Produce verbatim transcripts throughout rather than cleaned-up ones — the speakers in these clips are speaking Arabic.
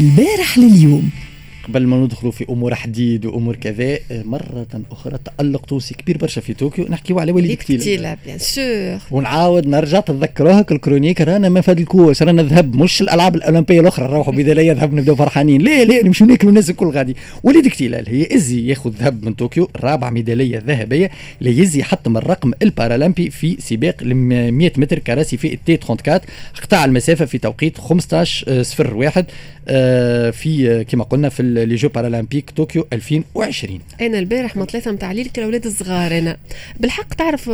البارح لليوم. قبل ما ندخلوا في امور حديد وامور كذا، مره اخرى تالق تونسي كبير برشا في طوكيو، نحكيوا على وليد كتيله بيان سور، ونعاود نرجع تذكروها الكرونيك رانا ما فاد الكوس، رانا نذهب مش الالعاب الاولمبيه الاخرى نروحوا بدايه يذهب نبداو فرحانين، لا لا نمشيو ناكلوا الناس الكل غادي. وليد كتيله هي ازي ياخذ ذهب من طوكيو، رابع ميداليه ذهبيه ليزي حطم الرقم البارالمبي في سباق ل مئة متر كراسي في التي أربعة وثلاثين، قطع المسافه في توقيت خمسطاش صفر واحد في كما قلنا في لي جو بارالمبيك طوكيو ألفين وعشرين. انا البارح ما ثلاثه نتاع ليل كالاولاد الصغار، انا بالحق تعرف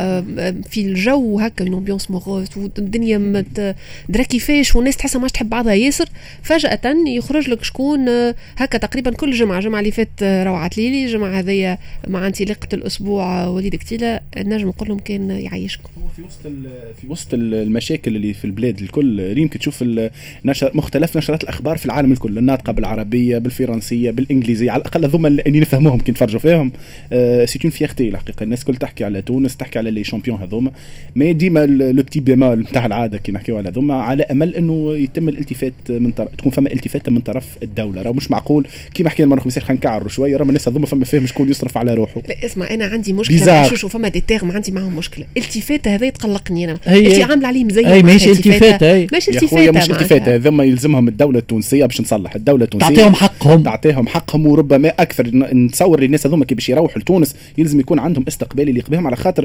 في الجو هكا من امبيونس موغوز والدنيا درا كيفاش والناس تحسها ماش تحب بعضها ياسر، فجاه يخرج لك شكون هكا تقريبا كل جمعه، جمعه اللي فات روعه ليلي، جمعه هذيا مع انطلاقه الاسبوع وليد كتيله، نجم نقول لهم كان يعيشكم. هو في وسط في وسط المشاكل اللي في البلاد الكل يمكن تشوف نشر مختلف نشرات الاخبار في العالم الكل، الناطقه بالعربيه بالفرنسيه بالانجليزيه، على الاقل هذوما اللي نفهموهم كي نتفرجوا فيهم. سي اون فيرتي الحقيقه، الناس كل تحكي على تونس، تحكي على لي شامبيون هذوما، ما ديما لو بتي بيمال نتاع العاده كي نحكيو على هذوما، على امل انه يتم الالتفات من طرف، تكون فما التفات من طرف الدوله. راه مش معقول كيما حكينا المره خمسة خلينا نكعروا شويه، راه الناس هذوما فما فيهم شكون يصرف على روحه. لا اسمع، انا عندي مشكله، شوف فما دي تيرم عندي معهم مشكله، التفات هذا يتقلقني انا، انت عامله عليه مزيان، اي ماشي التفات، اي ماشي التفات، مش التفات هذوما يلزمهم الدوله التونسيه باش نصلح الدوله التونسيه، تعطيهم حقهم تعطيهم حقهم وربما اكثر. نتصور الناس هذوما كي باش يروحوا لتونس يلزم يكون عندهم استقبال اللي يقبلهم، على خاطر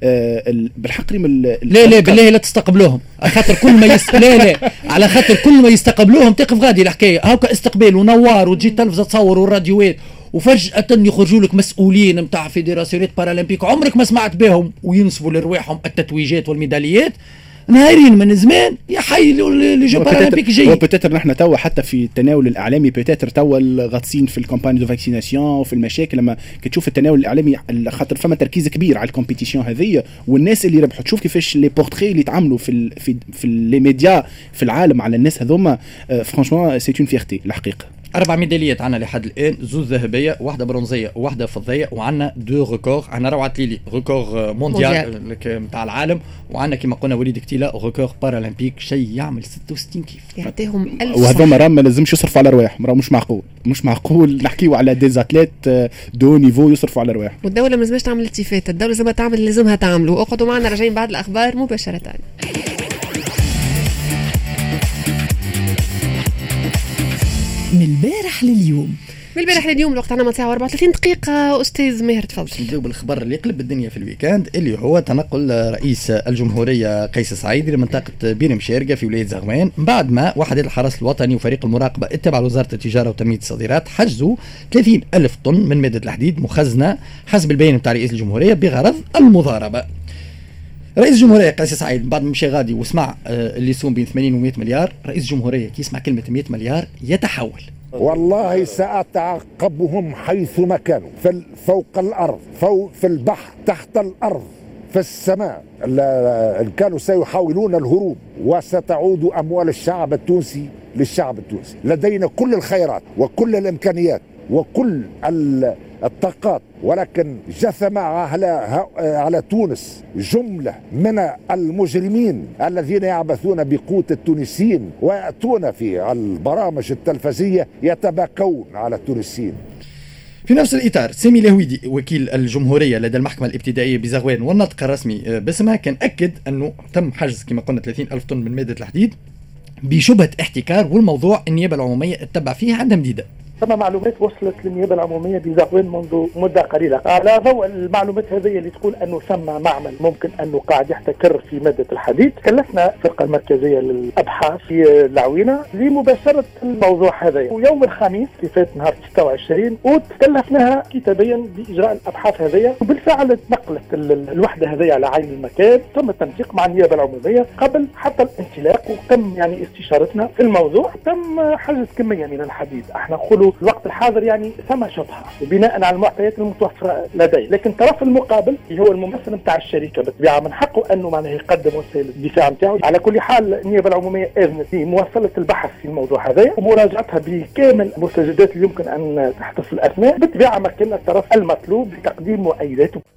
آه بالحق من لا لا بالله لا تستقبلوهم، على خاطر كل ما يست... لا لا على خاطر كل ما يستقبلوهم تقف غادي الحكايه هاكا استقبال ونوار وتجي التلفزه تصور والراديوات، وفجأة يخرجوا لك مسؤولين نتاع فيدراسيونات بارالمبيك عمرك ما سمعت بهم وينسبوا لرواحهم التتويجات والميداليات نهارين من زمان يا حي لي جو بارالمبيك جاي. وبتاتر نحن توا حتى في التناول الاعلامي بتاتر توا غاطسين في الكامباني دو فاكسيناسيون وفي المشاكل، لما كتشوف التناول الاعلامي خاطر فما تركيز كبير على الكومبيتيشن هذه والناس اللي ربحوا، تشوف كيفاش لي بورتري اللي تعملوا في ال في في لي ميديا في العالم على الناس هذوما، فرانشمون سي اون فيرتي الحقيقه. أربع ميداليات عنا لحد الآن، زوز ذهبية واحدة برونزية وواحدة فضية، وعنا دو ريكور، عنا روعة ليلي ريكور مونديال متاع العالم، وعنا كما قلنا وليد كتيلة ريكور بارالمبيك، شيء يعمل ستة وستين كيف يعطيهم ألف. وهذوما راه ما لازمش يصرفوا على رواحهم، راه مش معقول مش معقول نحكيو على دي زاتليت دو نيفو يصرفوا على رواحهم، والدولة ما لازمش تعمل التفات، الدولة لازم تعمل اللي لازمها تعمله. اقعدوا معنا راجعين بعد الأخبار مباشرة. من البارح لليوم. من البارح لليوم الوقت عنا ساعة وأربعة وثلاثين دقيقة. أستاذ ماهر تفضل. نبداو بالخبر اللي يقلب الدنيا في الويكاند، اللي هو تنقل رئيس الجمهورية قيس سعيد لمنطقة بير مشارقة في ولاية زغوان، بعد ما وحدات الحرس الوطني وفريق المراقبة التابع لوزارة التجارة وتنمية الصادرات حجزوا ثلاثين ألف طن من مادة الحديد مخزنة حسب البيان بتاع رئيس الجمهورية بغرض المضاربة. رئيس الجمهورية قيس سعيد بعد ما مشى غادي وسمع اللي يسوم بين ثمانين ومئة مليار، رئيس الجمهورية كي يسمع كلمة مئة مليار يتحول. والله سأتعقبهم حيثما كانوا، في فوق الأرض، فوق في البحر، تحت الأرض، في السماء، كانوا سيحاولون الهروب، وستعود أموال الشعب التونسي للشعب التونسي. لدينا كل الخيرات وكل الإمكانيات وكل الطاقات، ولكن جثم على على تونس جملة من المجرمين الذين يعبثون بقوت التونسيين ويأتون في البرامج التلفزية يتباكون على التونسيين. في نفس الإطار سامي الهويدي وكيل الجمهورية لدى المحكمة الابتدائية بزغوان والنطق الرسمي باسمها كان أكد أنه تم حجز كما قلنا ثلاثين ألف طن من مادة الحديد بشبهة احتكار، والموضوع النيابة العمومية اتبع فيها عندها مديدة. ثم معلومات وصلت للنيابه العموميه بزغوان منذ مده قليله، على ضوء المعلومات هذه اللي تقول انه ثم معمل ممكن انه قاعد يحتكر في ماده الحديد، كلفنا الفرقه المركزيه للابحاث في العوينه لمباشره الموضوع هذا، ويوم الخميس اللي فات نهار ستة وعشرين وتكلفناها كتابيا باجراء الابحاث هذه، وبالفعل نقلت الوحده هذه على عين المكان، تم التنسيق مع النيابه العموميه قبل حتى الانطلاق، وتم يعني استشارتنا في الموضوع، تم حجز كميه من الحديد. احنا نقولوا في الوقت الحاضر يعني ثم شبهه وبناء على المعطيات المتوفره لديه، لكن الطرف المقابل اللي هو الممثل نتاع الشركه بالطبيعه من حقه انه معناه يقدم وسائل الدفاع نتاعو. على كل حال النيابه العموميه اذنت بمواصله البحث في الموضوع هذا ومراجعتها بكامل المستجدات اللي يمكن ان تحدث في الاثناء، بالطبيعه مكن الطرف المطلوب لتقديم مؤيداته.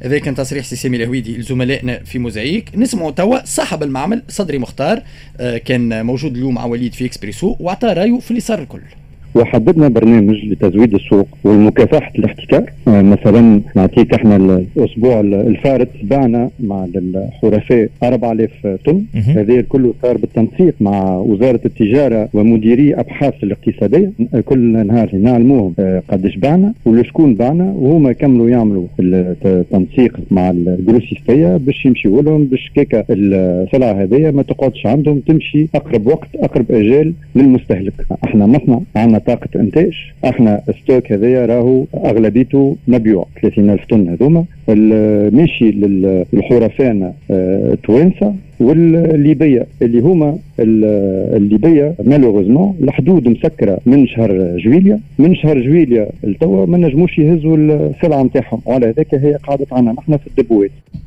هذا كان تصريح سي سامي الهويدي لزملائنا في موزايك. نسمعوا توا صاحب المعمل صدري مختار كان موجود اليوم مع وليد في اكسبريسو واعطى رايه في اللي صار الكل. وحددنا برنامج لتزويد السوق ومكافحة الاحتكار. مثلا نعطيك احنا الاسبوع الفارط بعنا مع الحرفاء أربعة آلاف طن. هذا كله صار بالتنسيق مع وزارة التجارة ومديري ابحاث الاقتصادية. كل نهار نعلموهم قديش بعنا ولشكون بعنا وهما يكملوا يعملوا التنسيق مع الجروسيستية باش يمشيوا لهم باش كيكا السلعة هذه ما تقعدش عندهم تمشي اقرب وقت اقرب اجال للمستهلك. احنا مصنع عندنا طاقة انتاج، احنا ستوك هذايا راهو اغلبيته مبيوع ثلاثين ألف طن هذوما ماشي للحرفاء التوانسة والليبية اللي هما الليبية مالوغوزمون الحدود مسكرة من شهر جويليا من شهر جويليا التوا ما نجموش يهزوا السلعة نتاعهم وعلى هذاك هي قاعدة عنا نحن في الدبوات.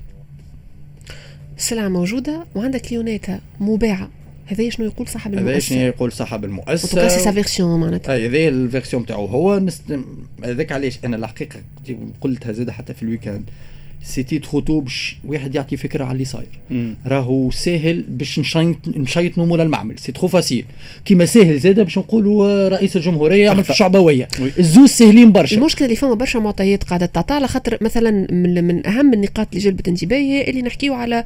السلعة موجودة وعندك ليوناتها مباعة. هذا شنو يقول صاحب المؤسسة؟ هذا شنو يقول صاحب المؤسسة؟ وتوكاسي سا فيرسيون معناتها. اي هذا الفيرسيون تاعو هو نست... هذاك علاش انا الحقيقة قلتها زاد حتى في الويكاند سيتي تخوتو باش واحد يعطي فكره على اللي صاير. راهو ساهل باش نشيط نشيطوا مولا المعمل سي ترو فاسيل كيما ساهل زاده باش نقولوا رئيس الجمهوريه يعمل في الشعبويه. الزوز ساهلين برشا. المشكله اللي فما برشا معطيات قاعده تعطى على خاطر مثلا من, من اهم النقاط اللي جلبت انتباهي هي اللي نحكيو على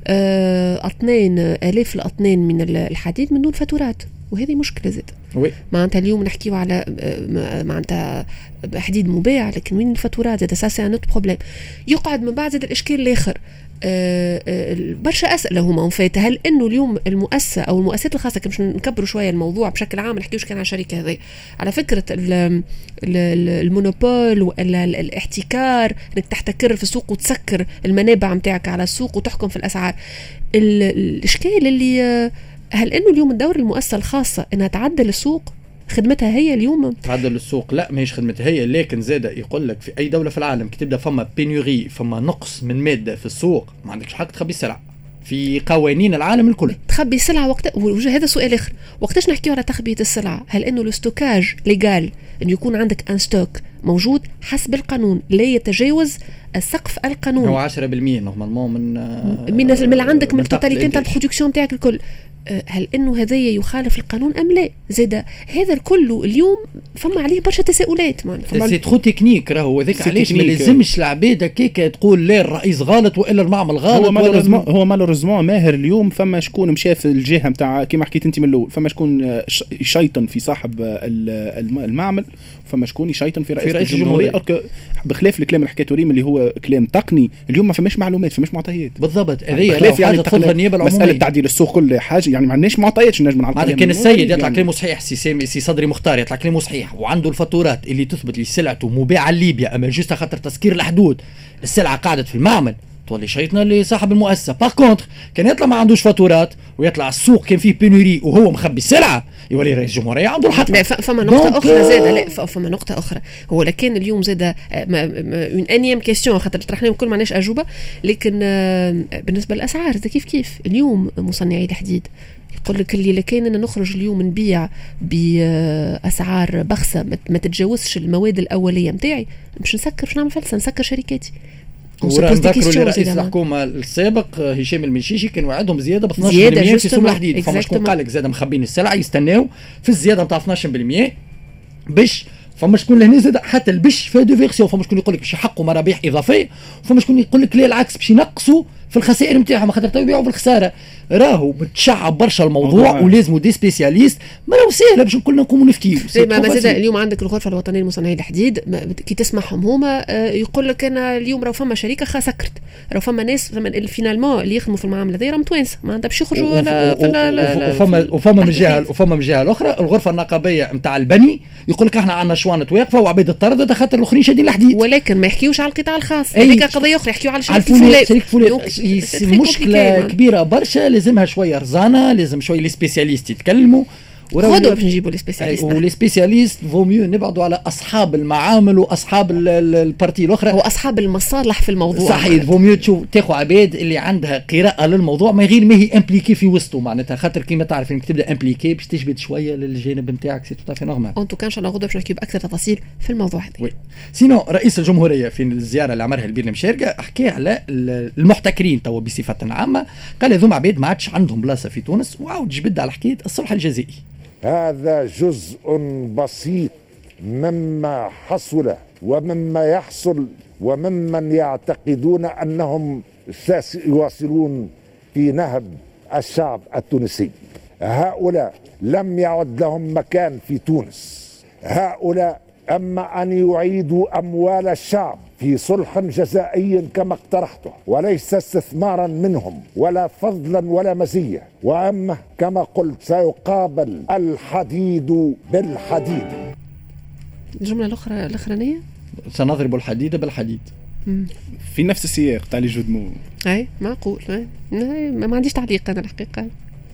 اثنين آلاف الاطنان من الحديد من دون فاتورات وهذه مشكله زاد. وي معناتها اليوم نحكيو على معناتها حديد مباع لكن وين الفاتورات زاد اساسا نوت بروبليم. يقعد من بعد زاد الاشكال الاخر برشا اسئله هما فات هل انه اليوم المؤسسه او المؤسسات الخاصه كمش نكبروا شويه الموضوع بشكل عام نحكيوش كان على الشركه هذه على فكره المونوبول ولا الاحتكار انك تحتكر في السوق وتسكر المنابع نتاعك على السوق وتحكم في الاسعار. الاشكال اللي هل انه اليوم الدور المؤسسه الخاصه انها تعدل السوق خدمتها هي اليوم؟ تعدل السوق لا ماهيش خدمتها هي لكن زاده يقول لك في اي دوله في العالم كي تبدا فما بينوري فما نقص من ماده في السوق ما عندكش حق تخبي السلع في قوانين العالم الكل. تخبي السلعه وقت وهذا سؤال اخر وقتاش نحكيو على تخبيه السلعه؟ هل انه الاستوكاج ليغال انه يكون عندك ان ستوك موجود حسب القانون لا يتجاوز السقف القانوني هو عشرة بالمئة نورمالمون من من من اللي عندك من التوتاليتي نتاع البرودكسيون نتاعك الكل. هل انه هذايا يخالف القانون ام لا؟ زاد هذا الكل اليوم فما عليه برشا تساؤلات مان. سي ترو تكنيك راهو هذاك علاش ما لازمش العباد هكاك تقول لا الرئيس غلط والا المعمل غلط. هو مالوريزمون هو مالوريزمون ماهر اليوم فما شكون مشى في الجهه نتاع كيما حكيت انت من الاول فما شكون يشيطن في صاحب المعمل فما شكون يشيطن في رئيس, رئيس الجمهوريه. بخلاف الكلام اللي حكيته ريم اللي هو كلام تقني اليوم ما فماش معلومات فماش معطيات بالضبط. هذه حاجه تفضل النيابه العموميه مساله تعديل السوق كل حاجه يعني ما عندناش معطيات نجم نعطيها. هذا كان السيد يطلع كلامه صحيح سي سامي سي صدري مختار يطلع كلامه صحيح وعنده الفاتورات اللي تثبت لي سلعته مبيعه لليبيا اما جوست خاطر تسكير الحدود السلعه قاعدت في المعمل تولي شيطنا لصاحب المؤسسه. باغ كونتر كان يطلع ما عندوش فاتورات ويطلع السوق كان فيه بينوري وهو مخبي السلعه يولي رئيس الجمهوريه عنده الحق. لا فما نقطه اخرى زاده لا فما نقطه اخرى هو لكن اليوم زاده اون انيام كيستيون خاطر طرحناهم كل معناش اجوبه لكن بالنسبه للاسعار كيف كيف اليوم مصنعي الحديد يقول لك اللي لكان نخرج اليوم نبيع باسعار بخسه ما تتجاوزش المواد الاوليه نتاعي مش نسكر باش نعمل فلسه نسكر شركاتي. ونذكروا رئيس الحكومه السابق هشام المنشيشي كان وعدهم زياده ب اثناش بالمئة في سوم الحديد فما شكون قال لك زاد مخبين السلعه يستناو في الزياده نتاع اثناش بالمئة باش فما شكون لهنا زاد حتى البش في دو فيرسيون فما شكون يقول لك باش يحققوا مرابح اضافيه وفما شكون يقول لك لا العكس باش ينقصوا في الخسائر نتاعهم خاطر تو يبيعوا بالخساره. راهو متشعب برشا الموضوع ولازموا دي سبيسياليست ما راهو سهله باش كلنا نقوموا نفكيو. ما مازال اليوم عندك الغرفه الوطنيه لمصنعي الحديد كي تسمعهم هما يقول لك انا اليوم راهو فما شركه خا سكرت راهو فما ناس فينالمون اللي يخدموا في المعامله هذه راهم توانسه ما عندها باش يخرجوا ولا وفما وفما من جهه وفما من جهه الاخرى الغرفه النقابيه نتاع البني يقول لك احنا عندنا شوانه واقفه وعبيد الطرد خاطر الاخرين شادين الحديد ولكن ما يحكيوش على القطاع الخاص هذيك قضيه اخرى يحكيوا على شركه فولاد. مشكله كبيره برشا لازمها شويه رزانه لازم شويه لي سبيسياليست يتكلموا خذوا باش نجيبوا لي سبيسياليست. ولي سبيسياليست فو ميو نبعدوا على اصحاب المعامل واصحاب البارتي الاخرى واصحاب المصالح في الموضوع. صحيح فو ميو تشوف تاخذ عباد اللي عندها قراءه للموضوع ما غير ما هي امبليكي في وسطه معناتها خاطر كيما تعرف انك تبدا امبليكي باش تجبد شويه للجانب نتاعك سي تو في نورمال. ان تو كان ان شاء الله غدا باش نحكي باكثر تفاصيل في الموضوع هذا. وي سينو رئيس الجمهوريه في الزياره اللي عملها البير المشارقه حكى على المحتكرين توا بصفه عامه، قال هذوما عباد ما عادش عندهم بلاصه في تونس، وعاود جبد على حكايه الصلح الجزائي. هذا جزء بسيط مما حصل ومما يحصل وممن يعتقدون أنهم سيواصلون في نهب الشعب التونسي. هؤلاء لم يعد لهم مكان في تونس. هؤلاء أما أن يعيدوا أموال الشعب في صلح جزائي كما اقترحته وليس استثمارا منهم ولا فضلا ولا مزية، وأما كما قلت سيقابل الحديد بالحديد. الجملة الأخرى الأخرانية سنضرب الحديد بالحديد. مم. في نفس السياق تاع لي جو دو مو. أي معقول. أي. ما عنديش تعليق أنا الحقيقة.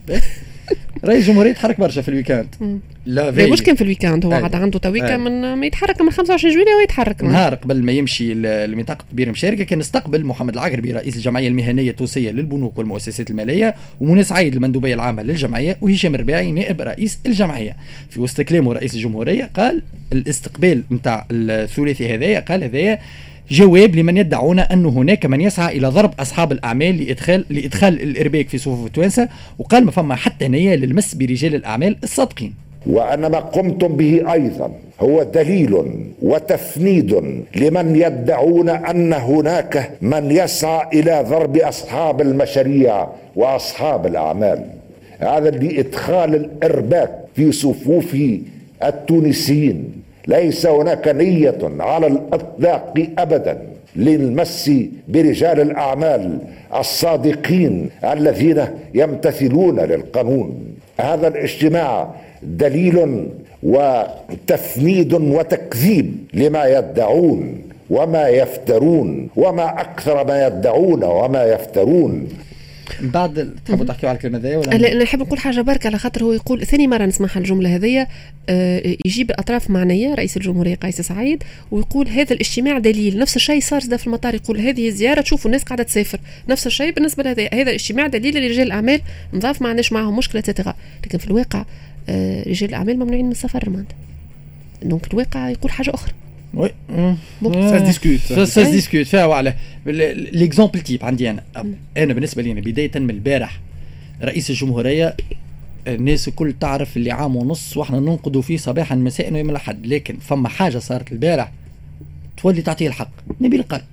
رئيس الجمهورية تحرك برشا في الويكاند. لا مش كان في الويكاند، هو عاد عنده تويكا من ما يتحرك من خمسة وعشرين جويلية ويتحرك نهار قبل ما يمشي لمنطقة بير مشارقة كان استقبل محمد العقربي رئيس الجمعية المهنية التونسية للبنوك والمؤسسات المالية ومنى عايد المندوبية العامة للجمعية وهشام الرباعي نائب رئيس الجمعية. في وسط كلامه رئيس الجمهورية قال الاستقبال نتاع الثلاثي هذايا قال هذايا جواب لمن يدعون أن هناك من يسعى إلى ضرب أصحاب الأعمال لإدخال لإدخال الإرباك في صفوف التوانسة، وقال ما فما حتى نية للمس برجال الأعمال الصادقين. وأن ما قمتم به أيضا هو دليل وتفنيد لمن يدعون أن هناك من يسعى إلى ضرب أصحاب المشاريع وأصحاب الأعمال. هذا لإدخال الإرباك في صفوف التونسيين. ليس هناك نية على الإطلاق أبدا للمس برجال الأعمال الصادقين الذين يمتثلون للقانون. هذا الاجتماع دليل وتفنيد وتكذيب لما يدعون وما يفترون، وما أكثر ما يدعون وما يفترون. بعد تحبوا تحكيوا على الكلمه هذه ولا؟ لا انا نحب نقول حاجه برك على خاطر هو يقول ثاني مره نسمعها الجمله هذيا، آه يجيب اطراف معنيه رئيس الجمهوريه قيس سعيد ويقول هذا الاجتماع دليل. نفس الشيء صار في المطار، يقول هذه الزياره تشوفوا الناس قاعده تسافر. نفس الشيء بالنسبه لهذا هذا الاجتماع دليل لرجال الاعمال نضاف ما عندناش معهم مشكله تتغى. لكن في الواقع آه رجال الاعمال ممنوعين من السفر معناتها. دونك في الواقع يقول حاجه اخرى. وي سا ديسكوت سا ديسكوت فيها على ليكزامبل تيب عندي انا انا بالنسبه لي بدايه من البارح رئيس الجمهوريه الناس الكل تعرف اللي عام ونص واحنا ننقدوا فيه صباحا مساء ويوم الاحد، لكن فما حاجه صارت البارح تولي تعطيه الحق. نبيل قال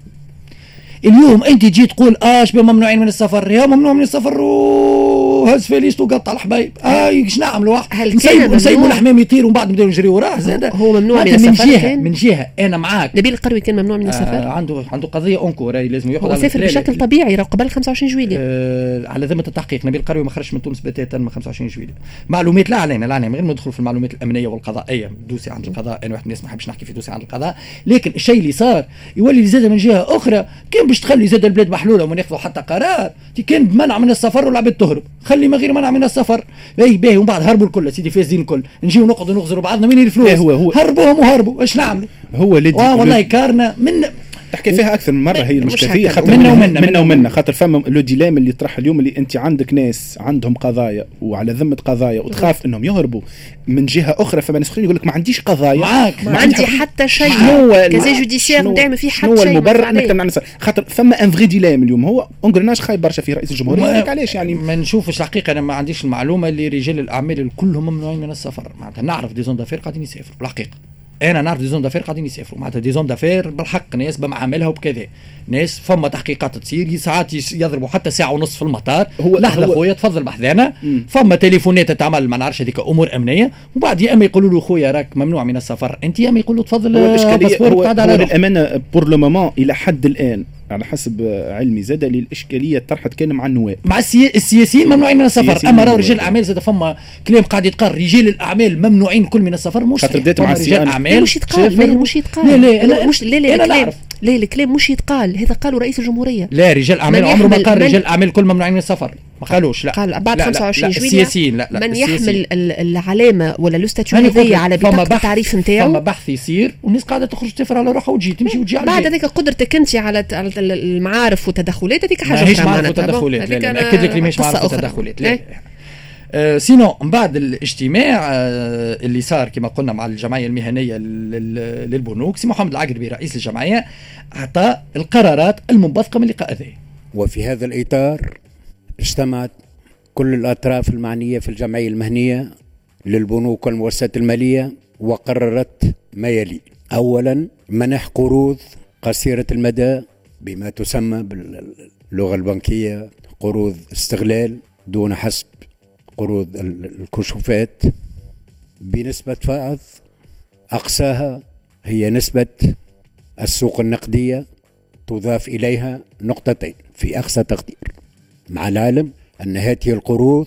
اليوم انت تجي تقول اه شباب ممنوعين من السفر، يا ممنوع من السفر وهز فليست وقطع الحبايب. اه ايش نعملوا واحد نسيبوا نسيبوا الحمام يطير ومن بعد نبداو نجريوا وراه. زاد هو ممنوع من السفر من جهه كان؟ من جهه انا معاك. نبيل القروي كان ممنوع من السفر. آه عنده عنده قضيه اونكور لازم ياخذ هو سافر بشكل طبيعي راه قبل خمسة وعشرين جويلية. آه على ذمه التحقيق نبيل القروي ما خرجش من تونس بتاتا من خمسة وعشرين جويلية. معلومات لا علينا لا علينا غير ندخل في المعلومات الامنيه والقضائيه دوسي عند القضاء. انا واحد الناس ما حبش نحكي في دوسي عند القضاء، لكن الشيء اللي صار يولي زاد من جهه اخرى كان باش تخلي زاد البلاد محلوله وما ناخذوا حتى قرار كان بمنع من السفر والعباد تهرب. خلي ما غير منع من السفر اي باهي ومن بعد هربوا الكل سيدي فاسدين الكل نجيو نقعدوا نغزروا بعضنا وين الفلوس؟ هو هو هربوهم وهربوا ايش نعملوا؟ هو اللي اه والله كارنا من تحكي فيها اكثر من مره. هي المشكله خاطر منا ومنا منا ومنا خاطر فما لو ديلام اللي طرح اليوم اللي انت عندك ناس عندهم قضايا وعلى ذمه قضايا وتخاف انهم يهربوا من جهه اخرى. فما ناس اخرين يقول لك ما عنديش قضايا معاك ما عندي حتى شيء كازي جوديسيير ندعم ما في حتى شيء. شنو المبرر انك تمنع الناس؟ خاطر فما ان فري ديلام اليوم. هو انغرناج خايب برشا في رئيس الجمهوريه هذاك علاش يعني ما نشوفش الحقيقه. انا ما عنديش المعلومه اللي رجال الاعمال كلهم ممنوعين من السفر. معناتها نعرف دي زون دافير قاعدين يسافروا بالحقيقه. انا نعرف دي زون دافير قاعدين يسافروا معناتها دي زون دافير بالحق ناس بمعاملها وبكذا ناس فما تحقيقات تصير ساعات يضربوا حتى ساعه ونص في المطار. لحظه خويا تفضل بحذانا فما تليفونات تتعمل ما نعرفش هذيك امور امنيه وبعد يا اما يقولوا له خويا راك ممنوع من السفر انت يا اما يقولوا تفضل باسبور قاعد على الامانه بور لو مومون الى حد الان على حسب علمي زاد لي الاشكاليه طرحت كان مع النواب مع السياسيين ممنوعين من السفر. اما راه رجال الاعمال زاد فما كلام قاعد يتقال رجال الاعمال ممنوعين كل من السفر. مش خاطر بدات مع رجال اعمال مش يتقال مش يتقال لا لا مش لا لا انا نعرف لا الكلام مش يتقال، هذا قالوا رئيس الجمهوريه. لا رجال اعمال عمره ما قال رجال اعمال كل ممنوعين من السفر، ما قالوش. لا قال بعد لا خمسة وعشرين لا لا جويلية السياسيين لا لا من السياسيين. يحمل العلامه ولا لوستاتيو هذيا على بطاقه التعريف نتاعو. فما بحث يصير والناس قاعده تخرج تفر على روحها وتجي تمشي وتجي على بعد هذيك قدرتك انت على المعارف والتدخلات هذيك حاجه ماهيش معارف وتدخلات. لا لا ناكد لك ماهيش معارف وتدخلات. لا آه سينو من بعد الاجتماع آه اللي صار كما قلنا مع الجمعيه المهنيه للبنوك، سي محمد العقربي رئيس الجمعيه اعطى القرارات المنبثقه من اللقاء هذا. وفي هذا الاطار اجتمعت كل الاطراف المعنيه في الجمعيه المهنيه للبنوك والمؤسسات الماليه وقررت ما يلي: اولا منح قروض قصيره المدى بما تسمى باللغه البنكيه قروض استغلال دون حسب قروض الكشوفات بنسبة فائض أقصاها هي نسبة السوق النقدية تضاف إليها نقطتين في أقصى تقدير، مع العلم أن هذه القروض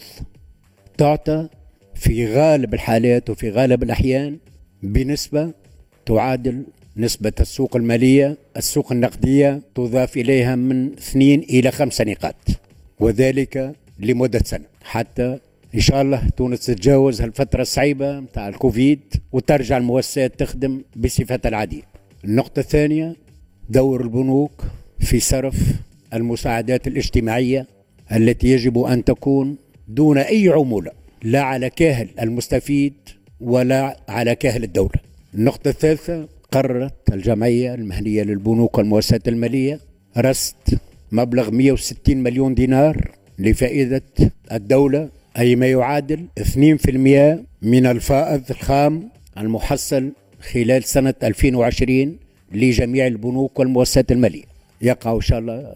تعطى في غالب الحالات وفي غالب الأحيان بنسبة تعادل نسبة السوق المالية السوق النقدية تضاف إليها من اثنين إلى خمسة نقاط، وذلك لمدة سنة حتى إن شاء الله تونس تتجاوز هالفترة الصعيبة متاع الكوفيد وترجع المؤسسات تخدم بصفتها العادية. النقطة الثانية دور البنوك في صرف المساعدات الاجتماعية التي يجب أن تكون دون أي عمولة لا على كاهل المستفيد ولا على كاهل الدولة. النقطة الثالثة قررت الجمعية المهنية للبنوك والمؤسسات المالية رصد مبلغ مئة وستين مليون دينار لفائدة الدولة، أي ما يعادل اثنين بالمئة من الفائض الخام المحصل خلال سنة ألفين وعشرين لجميع البنوك والمؤسسات المالية. يقع إن شاء الله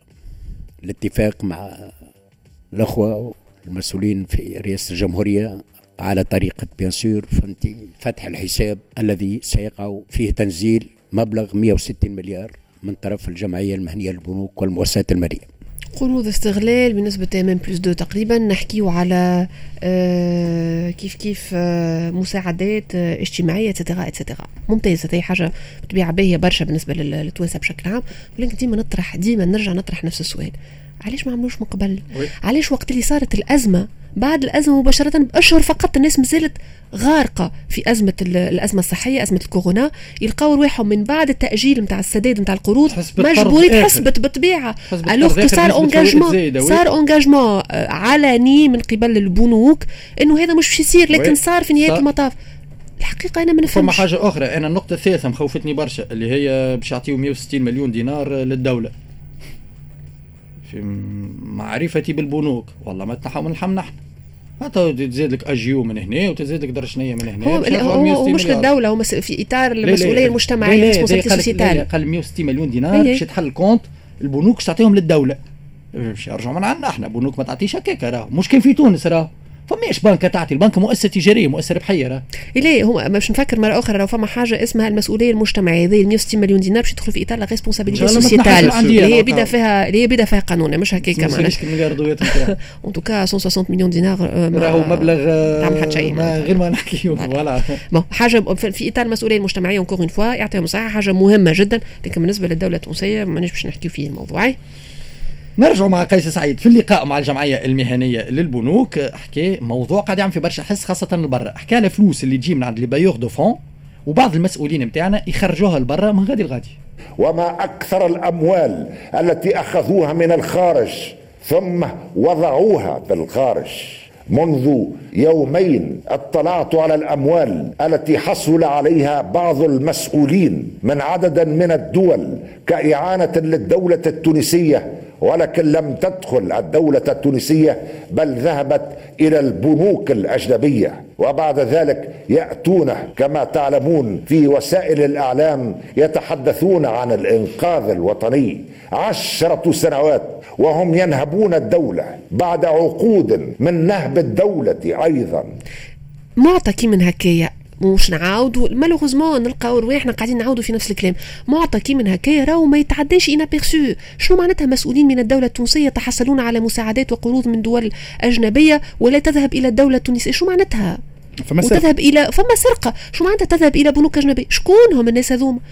الاتفاق مع الأخوة المسؤولين في رئاسة الجمهورية على طريقة بيانسور فتح الحساب الذي سيقع فيه تنزيل مبلغ مئة وستين مليار من طرف الجمعية المهنية للبنوك والمؤسسات المالية. قروض استغلال بنسبة ثمانية بلس اثنين تقريبا، نحكيو على آه كيف كيف آه مساعدات آه اجتماعية اتسترا اتسترا. ممتازة، هذه حاجة بتبيع باهية برشا بالنسبة للتوانسة بشكل عام، ولكن ديما نطرح ديما نرجع نطرح نفس السؤال: علاش ما عملوش من قبل؟ علاش وقت اللي صارت الأزمة بعد الأزمة مباشرة بأشهر فقط الناس مازالت غارقة في أزمة الأزمة الصحية أزمة الكورونا، يلقاو رواحهم من بعد التأجيل متاع السداد متاع القروض مجبورين تحسبت بالطبيعة. ألوغ صار أونجاجمون صار أونجاجمون علني من قبل البنوك إنه هذا مش باش يصير، لكن صار في نهاية المطاف. الحقيقة أنا ما نفهمش. فما حاجة أخرى، أنا النقطة الثالثة مخوفتني برشا اللي هي باش يعطيو مئة وستين مليون دينار للدولة في معرفتي بالبنوك. والله ما تنحوا من الحم نحن حتى تزيد لك اجيو من هنا وتزيد لك درشنيه من هنا. هو, هو مش للدوله، هو في اطار المسؤوليه المجتمعيه ريسبونسابيلتي سوسيتال. قال مئة وستين مليون دينار باش تحل الكونت البنوك باش تعطيهم للدوله، باش يرجعوا من عندنا احنا. بنوك ما تعطيش هكاك، راه مش كان في تونس، راه فماش بنكة تعطي. البنك مؤسسة تجارية مؤسسة ربحية. راه ليه هو باش نفكر مرة أخرى، راه فما حاجة اسمها المسؤولية المجتمعية، هذه مئة وستين مليون دينار باش يدخلوا في إطار لا ريسبونسابيلتي سوسيتال اللي هي بدا فيها اللي هي بدا فيها قانون، مش هكاك كمان. مش مليار دويات ان توكا مئة وستين مليون دينار راهو مبلغ تعمل حتى شيء غير ما نحكيو. فوالا حاجة في إطار المسؤولية المجتمعية اونكور اون فوا يعطيهم صحة، حاجة مهمة جدا، لكن بالنسبة للدولة التونسية مانيش باش نحكيو فيه الموضوع. نرجع مع قيس سعيد في اللقاء مع الجمعية المهنية للبنوك. حكي موضوع قاعد يعمل في برشا حس خاصة لبرا، حكى على فلوس اللي تجي من عند لي بايور دو فون وبعض المسؤولين نتاعنا يخرجوها لبرا من غادي لغادي. وما أكثر الأموال التي أخذوها من الخارج ثم وضعوها في الخارج. منذ يومين اطلعت على الأموال التي حصل عليها بعض المسؤولين من عدد من الدول كإعانة للدولة التونسية، ولكن لم تدخل الدولة التونسية بل ذهبت إلى البنوك الأجنبية. وبعد ذلك يأتون كما تعلمون في وسائل الإعلام يتحدثون عن الإنقاذ الوطني. عشرة سنوات وهم ينهبون الدولة بعد عقود من نهب الدولة أيضا. معطى كي من هكايا مش نعاودوا مالوغوزمون نلقاو رواحنا قاعدين نعاودوا في نفس الكلام. معطى كي من هكايا راهو ما يتعداش انابيرسو. شنو معناتها مسؤولين من الدولة التونسية يتحصلون على مساعدات وقروض من دول أجنبية ولا تذهب إلى الدولة التونسية؟ شو معناتها؟ فما وتذهب إلى فما سرقة. شو معناتها تذهب إلى بنوك أجنبية؟ شكون هم الناس هذوما؟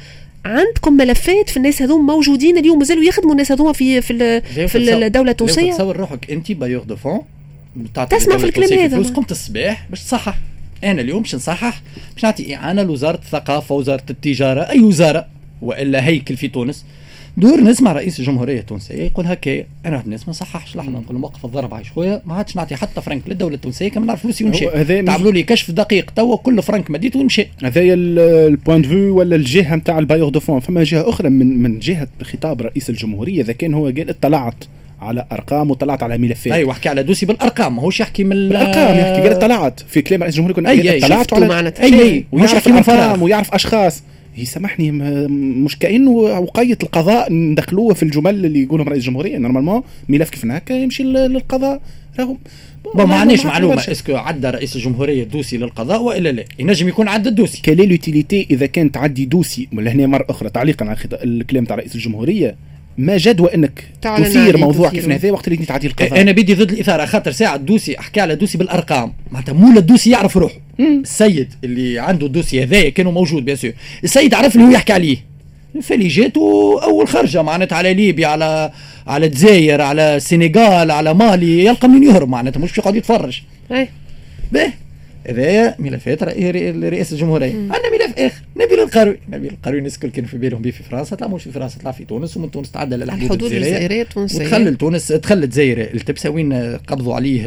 عندكم ملفات في الناس هذوم موجودين اليوم مازالوا يخدموا الناس هذوم في في في الدوله التونسيه؟ تصور روحك انت بايور دو فون تسمع في الكلام هذا، قمت الصباح باش تصحح. انا اليوم باش نصحح، باش نعطي اعانه لوزاره الثقافه، وزاره التجاره، اي وزاره والا هيكل في تونس، دور نسمع رئيس الجمهوريه التونسيه يقول هكا انا واحد الناس ما نصححش لحظه، نقول لهم وقف الضرب عايش خويا، ما عادش نعطي حتى فرنك للدوله التونسيه كما نعرف فلوسي ونمشي. تعملوا لي كشف دقيق توا كل فرنك مديته ونمشي. هذايا البوينت دو فيو ولا الجهه نتاع البايور دو فون. فما جهه اخرى من من جهه خطاب رئيس الجمهوريه، اذا كان هو قال اطلعت على ارقام وطلعت على ملفات. ايوه احكي على دوسي بالارقام، ماهوش يحكي من الارقام، يحكي قال اطلعت في كلام رئيس الجمهوريه، كنا اطلعت على اي اي ويعرف الارقام ويعرف اشخاص. يسمحني مش كأنه وقاية القضاء ندخلوه في الجمل اللي يقولهم رئيس الجمهورية. نورمالمون ملف كيف هكا يمشي للقضاء. راهم ما عندناش معلومة اسكو عدى رئيس الجمهورية دوسي للقضاء وإلا لا. ينجم يكون عدى الدوسي. كالي لوتيليتي إذا كان تعدي دوسي، ولا هنا مرة أخرى تعليقا على الكلام تاع رئيس الجمهورية، ما جدوى انك تثير موضوع كيف هذا وقت اللي تعدي القضاء. انا بدي ضد الاثاره، خاطر ساعه الدوسي احكي على دوسي بالارقام، معناتها مو الدوسي يعرف روحه. السيد اللي عنده الدوسي هذا كانوا موجود بيان سور، السيد عرف اللي هو يحكي عليه، فاللي جاته اول خرجه معناتها على ليبيا، على على الجزائر، على السنغال، على مالي، يلقى منين يهرب، معناتها مش يقعد يتفرج. اي باهي هذايا ملفات رئيس الجمهوريه. عندنا ملف اخر، نبيل القروي. نبيل القروي الناس الكل كانوا في بالهم به في فرنسا، طلع مش في فرنسا، طلع في تونس، ومن تونس تعدى للحدود الجزائريه التونسيه، ودخل تونس، دخل الجزائر التبسه وين قبضوا عليه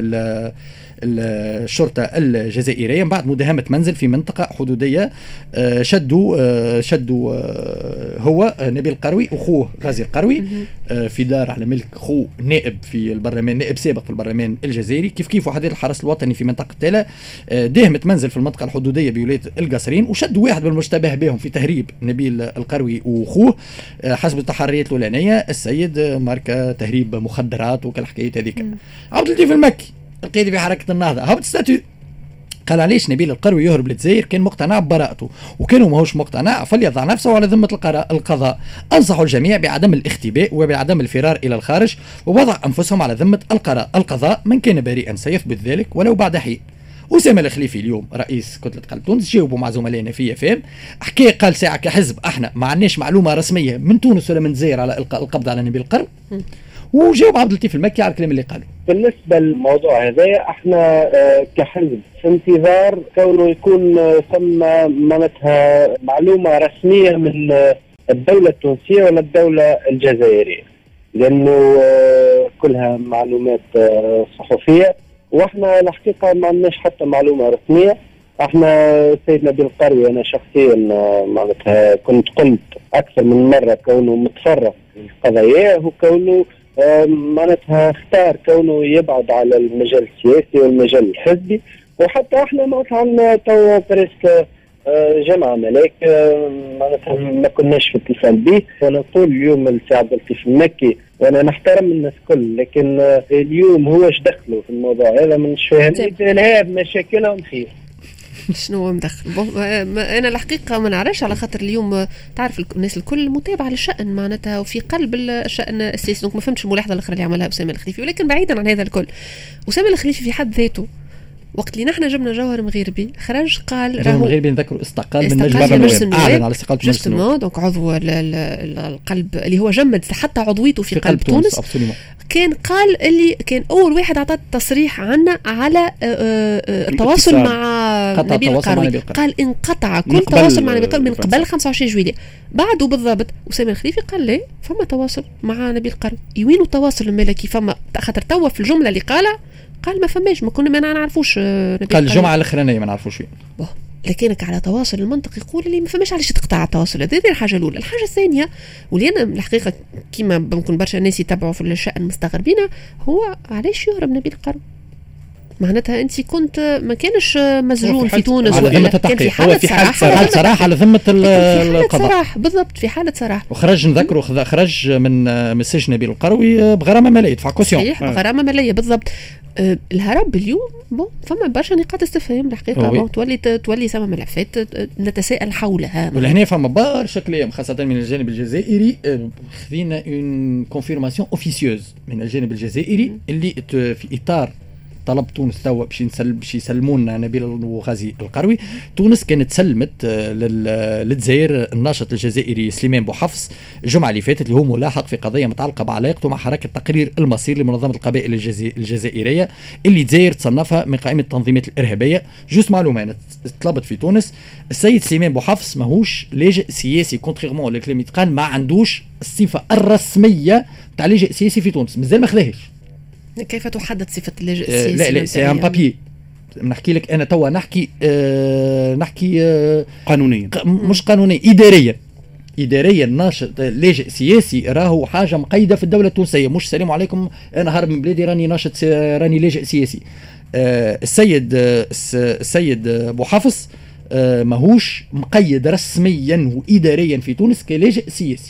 الشرطه الجزائريه بعد مداهمه منزل في منطقه حدوديه. شدوا شدوا هو نبيل القروي واخوه غازي القروي في دار على ملك اخوه نائب في البرلمان، نائب سابق في البرلمان الجزائري. كيف كيف وحدات الحرس الوطني في منطقه تالا داهمت منزل في المنطقه الحدوديه بولايه القصرين، وشدوا واحد من المشتبه بهم في تهريب نبيل القروي واخوه. حسب التحريات الاولانيه السيد ماركه تهريب مخدرات وكل الحكايات هذيك. عبد اللطيف المكي القيادي في حركه النهضه هبط ستاتيو، قال علاش نبيل القروي يهرب للجزائر، كان مقتنع ببراءته، وكانوا ماهوش مقتنع فليضع نفسه على ذمه القضاء. انصحوا الجميع بعدم الاختباء وبعدم الفرار الى الخارج، ووضع انفسهم على ذمه القضاء، من كان بريئا سيثبت ذلك ولو بعد حين. أسامة الخليفي اليوم رئيس كتلة قلب تونس جاوبوا مع زملائنا في فام، حكى قال ساعة كحزب احنا ما عندناش معلومة رسمية من تونس ولا من الجزائر على إلقاء القبض على نبيل القروي، وجاوب عبد اللطيف المكي على الكلام اللي قاله. بالنسبة للموضوع هذا احنا كحزب في انتظار كونه يكون ثم معناتها معلومة رسمية من الدولة التونسية ولا الدولة الجزائرية، لأنه كلها معلومات صحفية، واحنا الحقيقة ما عندناش حتى معلومة رسمية. احنا سيدنا نبيل القروي انا شخصيا معناتها كنت قلت اكثر من مرة كونه متفرغ للقضايا، وكونه معناتها اختار كونه يبعد على المجال السياسي والمجال الحزبي، وحتى احنا معناتها عندنا تو بريسك جماعة ملاك معناتها ما كناش في اتصال به. وانا طول اليوم السي عبد اللطيف المكي وانا نحترم الناس كل، لكن اليوم هو ايش دخله في الموضوع هذا مش فاهم. الارهاب مشاكلهم خير شنو مدخل؟ انا الحقيقه ما نعرفش، على خاطر اليوم تعرف الناس الكل متابعه للشان معناتها وفي قلب الشان السياسي، دونك ما فهمتش الملاحظه الاخرى اللي عملها اسامه الخليفي. ولكن بعيدا عن هذا الكل، اسامه الخليفي في حد ذاته وقت اللي نحن جبنا جوهر مغيربي خرج قال جوهر مغيربي نذكروا استقال من مجلس النواب، اعلن على استقالته مجلس النواب، دونك عضو القلب اللي هو جمد حتى عضويته في, في قلب, قلب تونس, تونس. كان قال اللي كان اول واحد عطى تصريح عنا على التواصل مع نبيل القروي، قال انقطع كل تواصل مع نبيل القروي من قبل خمسة وعشرين جويلية. بعده بالضبط اسامه الخليفي قال لي فما تواصل مع نبيل القروي. وين التواصل الملكي؟ فما خاطر توا في الجمله اللي قالها قال ما فماش، ما كنا ما نعرفوش. قال الجمعه الاخرانيه ما نعرفوش وين، لكنك على تواصل المنطق يقول لي ما فماش علاش تقطع التواصل. هذه الحاجه الاولى. الحاجه الثانيه واللي انا الحقيقه كيما ممكن برشا ناس يتبعوا في الشأن مستغربين، هو علاش يهرب نبيل القروي؟ معناتها انت كنت ما كانش مسجون في تونس ولا كان في حاله صراحه صراحه على ذمه القضاء، صراحه بالضبط في حاله صراحه. وخرج نذكروا خرج من من السجن نبيل القروي بغرامه ماليه، يدفع كوسيون. صحيح بغرامه ماليه بالضبط. أه الهرب اليوم بون فما برشا نقاط استفهام الحقيقه، بون تولي تولي سما ملفات نتساءل حولها. ولهنا فما برشا كلام خاصه من الجانب الجزائري. خذينا اون كونفيرماسيون اوفيسيوز من الجانب الجزائري اللي في اطار طلب تونس توا باش يسلم باش يسلمون نبيل وغازي القروي. تونس كانت سلمت للجزائر الناشط الجزائري سليمان بوحفص الجمعه اللي فاتت اللي هو ملاحق في قضيه متعلقه بعلاقته مع حركه تقرير المصير لمنظمه القبائل الجزائريه اللي الجزائر تصنفها من قائمه التنظيمات الارهابيه. جوست معلومه انا طلبت في تونس السيد سليمان بوحفص ماهوش لاجئ سياسي كونتريرمون لكلام يتقال، ما عندوش الصفه الرسميه تاع لاجئ سياسي في تونس، مازال ما خذاهش. كيف تحدد صفه اللاجئ السياسي؟ لا لا سي ان بابي. نحكي لك انا توا نحكي آه نحكي آه قانونيا مش قانونيا اداريا. اداريا ناشط لاجئ سياسي راهو حاجه مقيده في الدوله التونسيه، مش السلام عليكم انا هرب من بلادي راني ناشط راني لاجئ سياسي. آه السيد آه السيد بوحفص آه ماهوش مقيد رسميا واداريا في تونس كلاجئ سياسي.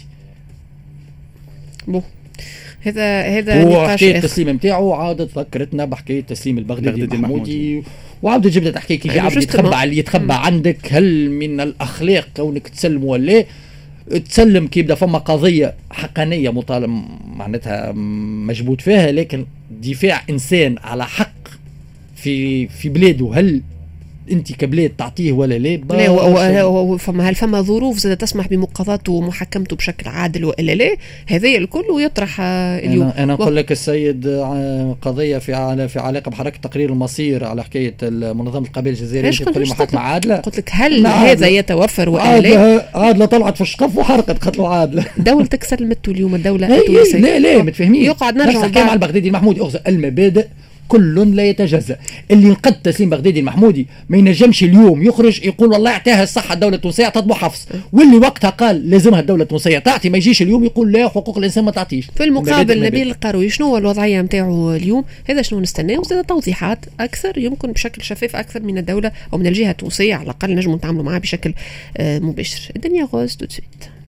بو هذا هذا نقاش حكايه التسليم نتاعو عادت فكرتنا بحكايه تسليم البغدادي المحمودي، وعاودت جبدت تحكي كيف عبد يتخبى اللي يتخبى عندك. هل من الاخلاق كونك تسلم ولا تسلم؟ كي يبدا فما قضيه حقانيه مطالب معناتها مجبوط فيها، لكن دفاع انسان على حق في في بلاده هل انت كبلاد تعطيه ولا لا؟ لا فما هل فما ظروف زاد تسمح بمقاضاته ومحاكمته بشكل عادل والا لا؟ هذا الكل يطرح اليوم. انا, أنا اقول لك السيد قضيه في على في علاقه بحركه تقرير المصير على حكايه منظمه القبائل الجزائريه تقول لي محاكمه عادله. قلت لك هل هذا يتوفر والا لا؟ عادله طلعت في الشقف وحرقت قتلوا عادله. دولتك سلمته اليوم الدوله التونسيه. لا لا متفاهمين. يقعد نرجع مع البغدادي المحمودي اغزى المبادئ كل لا يتجزأ. اللي انقد تسليم بغدادي المحمودي ما ينجمش اليوم يخرج يقول والله اعطاها الصحه الدوله التونسيه اعطت بوحفص، واللي وقتها قال لازمها الدوله التونسيه تعطي ما يجيش اليوم يقول لا حقوق الانسان ما تعطيش. في المقابل نبيل القروي شنو هو الوضعيه نتاعو اليوم؟ هذا شنو نستناه وزاد توضيحات اكثر يمكن بشكل شفاف اكثر من الدوله او من الجهه التونسيه على الاقل نجموا نتعاملوا معاه بشكل مباشر. الدنيا غوز تو سويت.